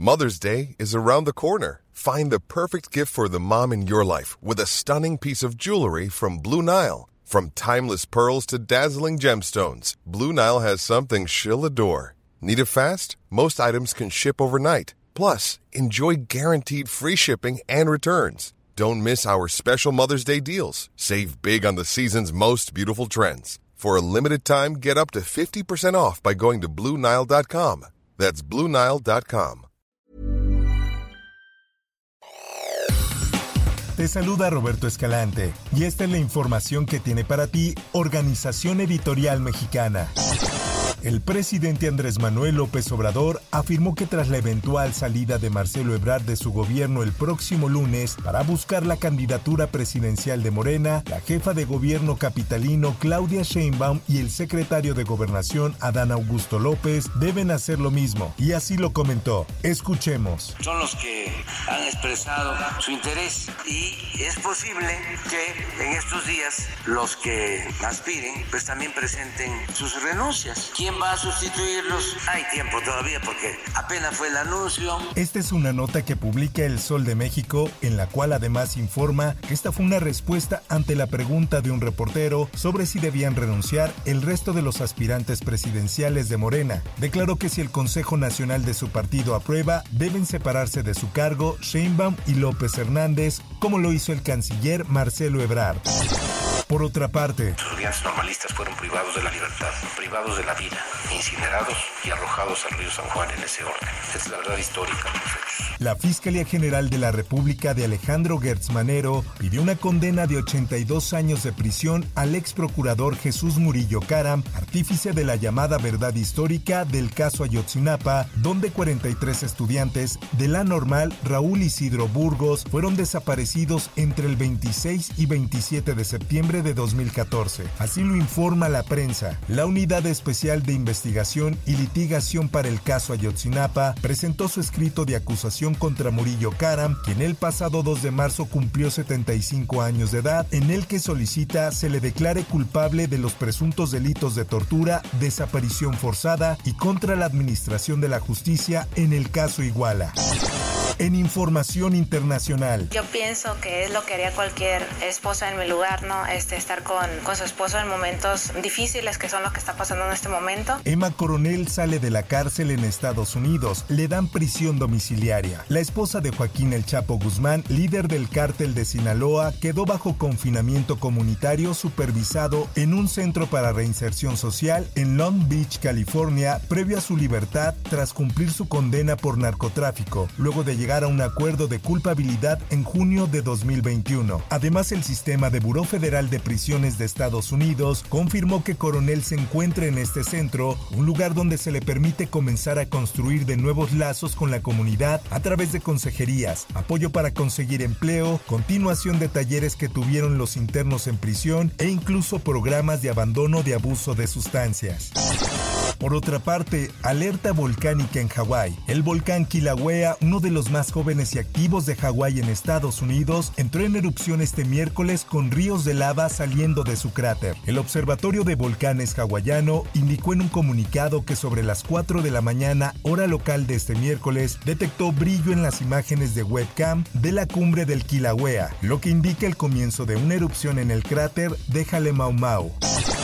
Mother's Day is around the corner. Find the perfect gift for the mom in your life with a stunning piece of jewelry from Blue Nile. From timeless pearls to dazzling gemstones, Blue Nile has something she'll adore. Need it fast? Most items can ship overnight. Plus, enjoy guaranteed free shipping and returns. Don't miss our special Mother's Day deals. Save big on the season's most beautiful trends. For a limited time, get up to 50% off by going to BlueNile.com. That's BlueNile.com. Te saluda Roberto Escalante y esta es la información que tiene para ti Organización Editorial Mexicana. El presidente Andrés Manuel López Obrador afirmó que tras la eventual salida de Marcelo Ebrard de su gobierno el próximo lunes para buscar la candidatura presidencial de Morena, la jefa de gobierno capitalino Claudia Sheinbaum y el secretario de Gobernación Adán Augusto López deben hacer lo mismo, y así lo comentó. Escuchemos. Son los que han expresado su interés y es posible que en estos días los que aspiren pues también presenten sus renuncias. ¿Quién va a sustituirlos? Hay tiempo todavía porque apenas fue el anuncio. Esta es una nota que publica El Sol de México, en la cual además informa que esta fue una respuesta ante la pregunta de un reportero sobre si debían renunciar el resto de los aspirantes presidenciales de Morena. Declaró que si el Consejo Nacional de su partido aprueba, deben separarse de su cargo Sheinbaum y López Hernández, como lo hizo el canciller Marcelo Ebrard. Por otra parte, los estudiantes normalistas fueron privados de la libertad, privados de la vida, incinerados y arrojados al río San Juan en ese orden. Esta es la verdad histórica de los hechos. La Fiscalía General de la República de Alejandro Gertz Manero pidió una condena de 82 años de prisión al ex procurador Jesús Murillo Caram, artífice de la llamada verdad histórica del caso Ayotzinapa, donde 43 estudiantes de la normal Raúl Isidro Burgos fueron desaparecidos entre el 26 y 27 de septiembre de 2014. Así lo informa la prensa. La Unidad Especial de Investigación y Litigación para el caso Ayotzinapa presentó su escrito de acusación contra Murillo Caram, quien el pasado 2 de marzo cumplió 75 años de edad, en el que solicita se le declare culpable de los presuntos delitos de tortura, desaparición forzada y contra la administración de la justicia en el caso Iguala. En información internacional. Yo pienso que es lo que haría cualquier esposa en mi lugar, ¿no? Estar con su esposo en momentos difíciles que son los que está pasando en este momento. Emma Coronel sale de la cárcel en Estados Unidos. Le dan prisión domiciliaria. La esposa de Joaquín El Chapo Guzmán, líder del cártel de Sinaloa, quedó bajo confinamiento comunitario supervisado en un centro para reinserción social en Long Beach, California, previo a su libertad tras cumplir su condena por narcotráfico, luego de llegar a un acuerdo de culpabilidad en junio de 2021. Además, el sistema de Buró Federal de Prisiones de Estados Unidos confirmó que Coronel se encuentra en este centro, un lugar donde se le permite comenzar a construir de nuevos lazos con la comunidad a través de consejerías, apoyo para conseguir empleo, continuación de talleres que tuvieron los internos en prisión e incluso programas de abandono de abuso de sustancias. Por otra parte, alerta volcánica en Hawái. El volcán Kilauea, uno de los más jóvenes y activos de Hawái en Estados Unidos, entró en erupción este miércoles con ríos de lava saliendo de su cráter. El Observatorio de Volcanes hawaiano indicó en un comunicado que sobre las 4 de la mañana, hora local de este miércoles, detectó brillo en las imágenes de webcam de la cumbre del Kilauea, lo que indica el comienzo de una erupción en el cráter de Halemaumau.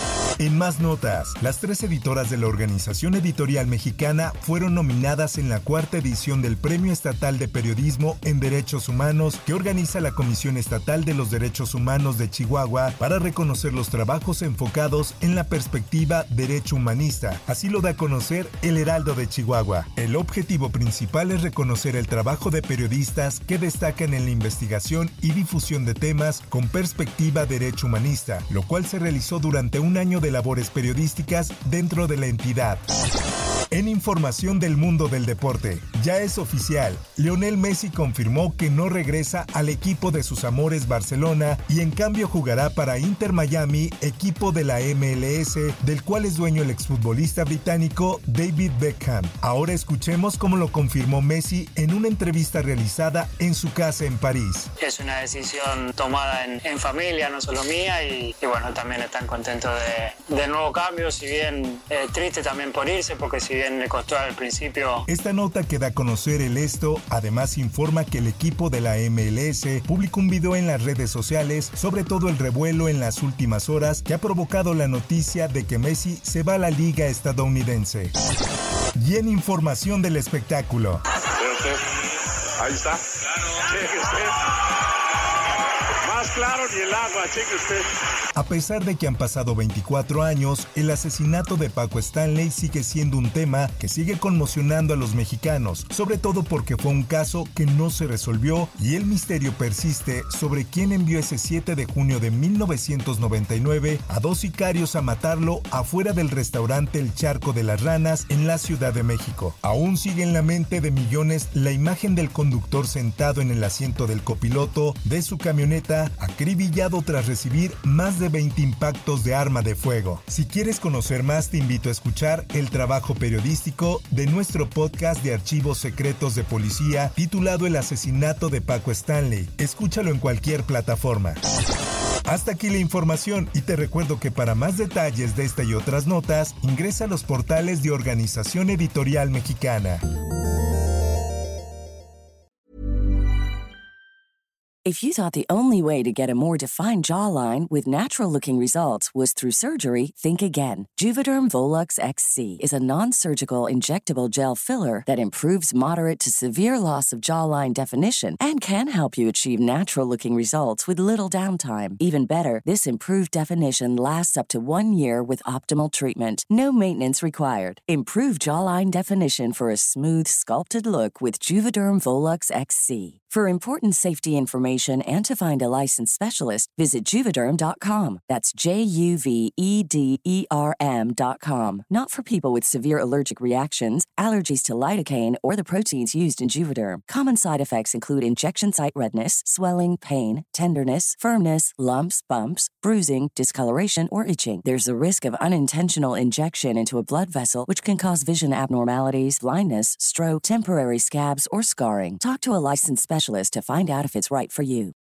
En más notas, las 3 editoras de la Organización Editorial Mexicana fueron nominadas en la 4ª edición del Premio Estatal de Periodismo en Derechos Humanos que organiza la Comisión Estatal de los Derechos Humanos de Chihuahua para reconocer los trabajos enfocados en la perspectiva derecho humanista. Así lo da a conocer El Heraldo de Chihuahua. El objetivo principal es reconocer el trabajo de periodistas que destacan en la investigación y difusión de temas con perspectiva derecho humanista, lo cual se realizó durante un año de labores periodísticas dentro de la entidad. En información del mundo del deporte, ya es oficial, Lionel Messi confirmó que no regresa al equipo de sus amores Barcelona y en cambio jugará para Inter Miami, equipo de la MLS, del cual es dueño el exfutbolista británico David Beckham. Ahora escuchemos cómo lo confirmó Messi en una entrevista realizada en su casa en París. Es una decisión tomada en familia, no solo mía, y bueno, también están contentos de nuevo cambio, si bien triste también por irse, porque si bien le costó al principio. Esta nota que da a conocer el esto, además informa que el equipo de la MLS publicó un video en las redes sociales sobre todo el revuelo en las últimas horas que ha provocado la noticia de que Messi se va a la liga estadounidense. Y en información del espectáculo. Ahí está. Cheque usted. Más claro ni el agua, cheque usted. A pesar de que han pasado 24 años, el asesinato de Paco Stanley sigue siendo un tema que sigue conmocionando a los mexicanos, sobre todo porque fue un caso que no se resolvió y el misterio persiste sobre quién envió ese 7 de junio de 1999 a dos sicarios a matarlo afuera del restaurante El Charco de las Ranas en la Ciudad de México. Aún sigue en la mente de millones la imagen del conductor sentado en el asiento del copiloto de su camioneta, acribillado tras recibir más de 20 impactos de arma de fuego. Si quieres conocer más, te invito a escuchar el trabajo periodístico de nuestro podcast de archivos secretos de policía titulado El asesinato de Paco Stanley. Escúchalo en cualquier plataforma. Hasta aquí la información y te recuerdo que para más detalles de esta y otras notas, ingresa a los portales de Organización Editorial Mexicana. If you thought the only way to get a more defined jawline with natural-looking results was through surgery, think again. Juvederm Volux XC is a non-surgical injectable gel filler that improves moderate to severe loss of jawline definition and can help you achieve natural-looking results with little downtime. Even better, this improved definition lasts up to 1 year with optimal treatment. No maintenance required. Improve jawline definition for a smooth, sculpted look with Juvederm Volux XC. For important safety information and to find a licensed specialist, visit Juvederm.com. That's JUVEDERM.com. Not for people with severe allergic reactions, allergies to lidocaine, or the proteins used in Juvederm. Common side effects include injection site redness, swelling, pain, tenderness, firmness, lumps, bumps, bruising, discoloration, or itching. There's a risk of unintentional injection into a blood vessel, which can cause vision abnormalities, blindness, stroke, temporary scabs, or scarring. Talk to a licensed specialist to find out if it's right for you.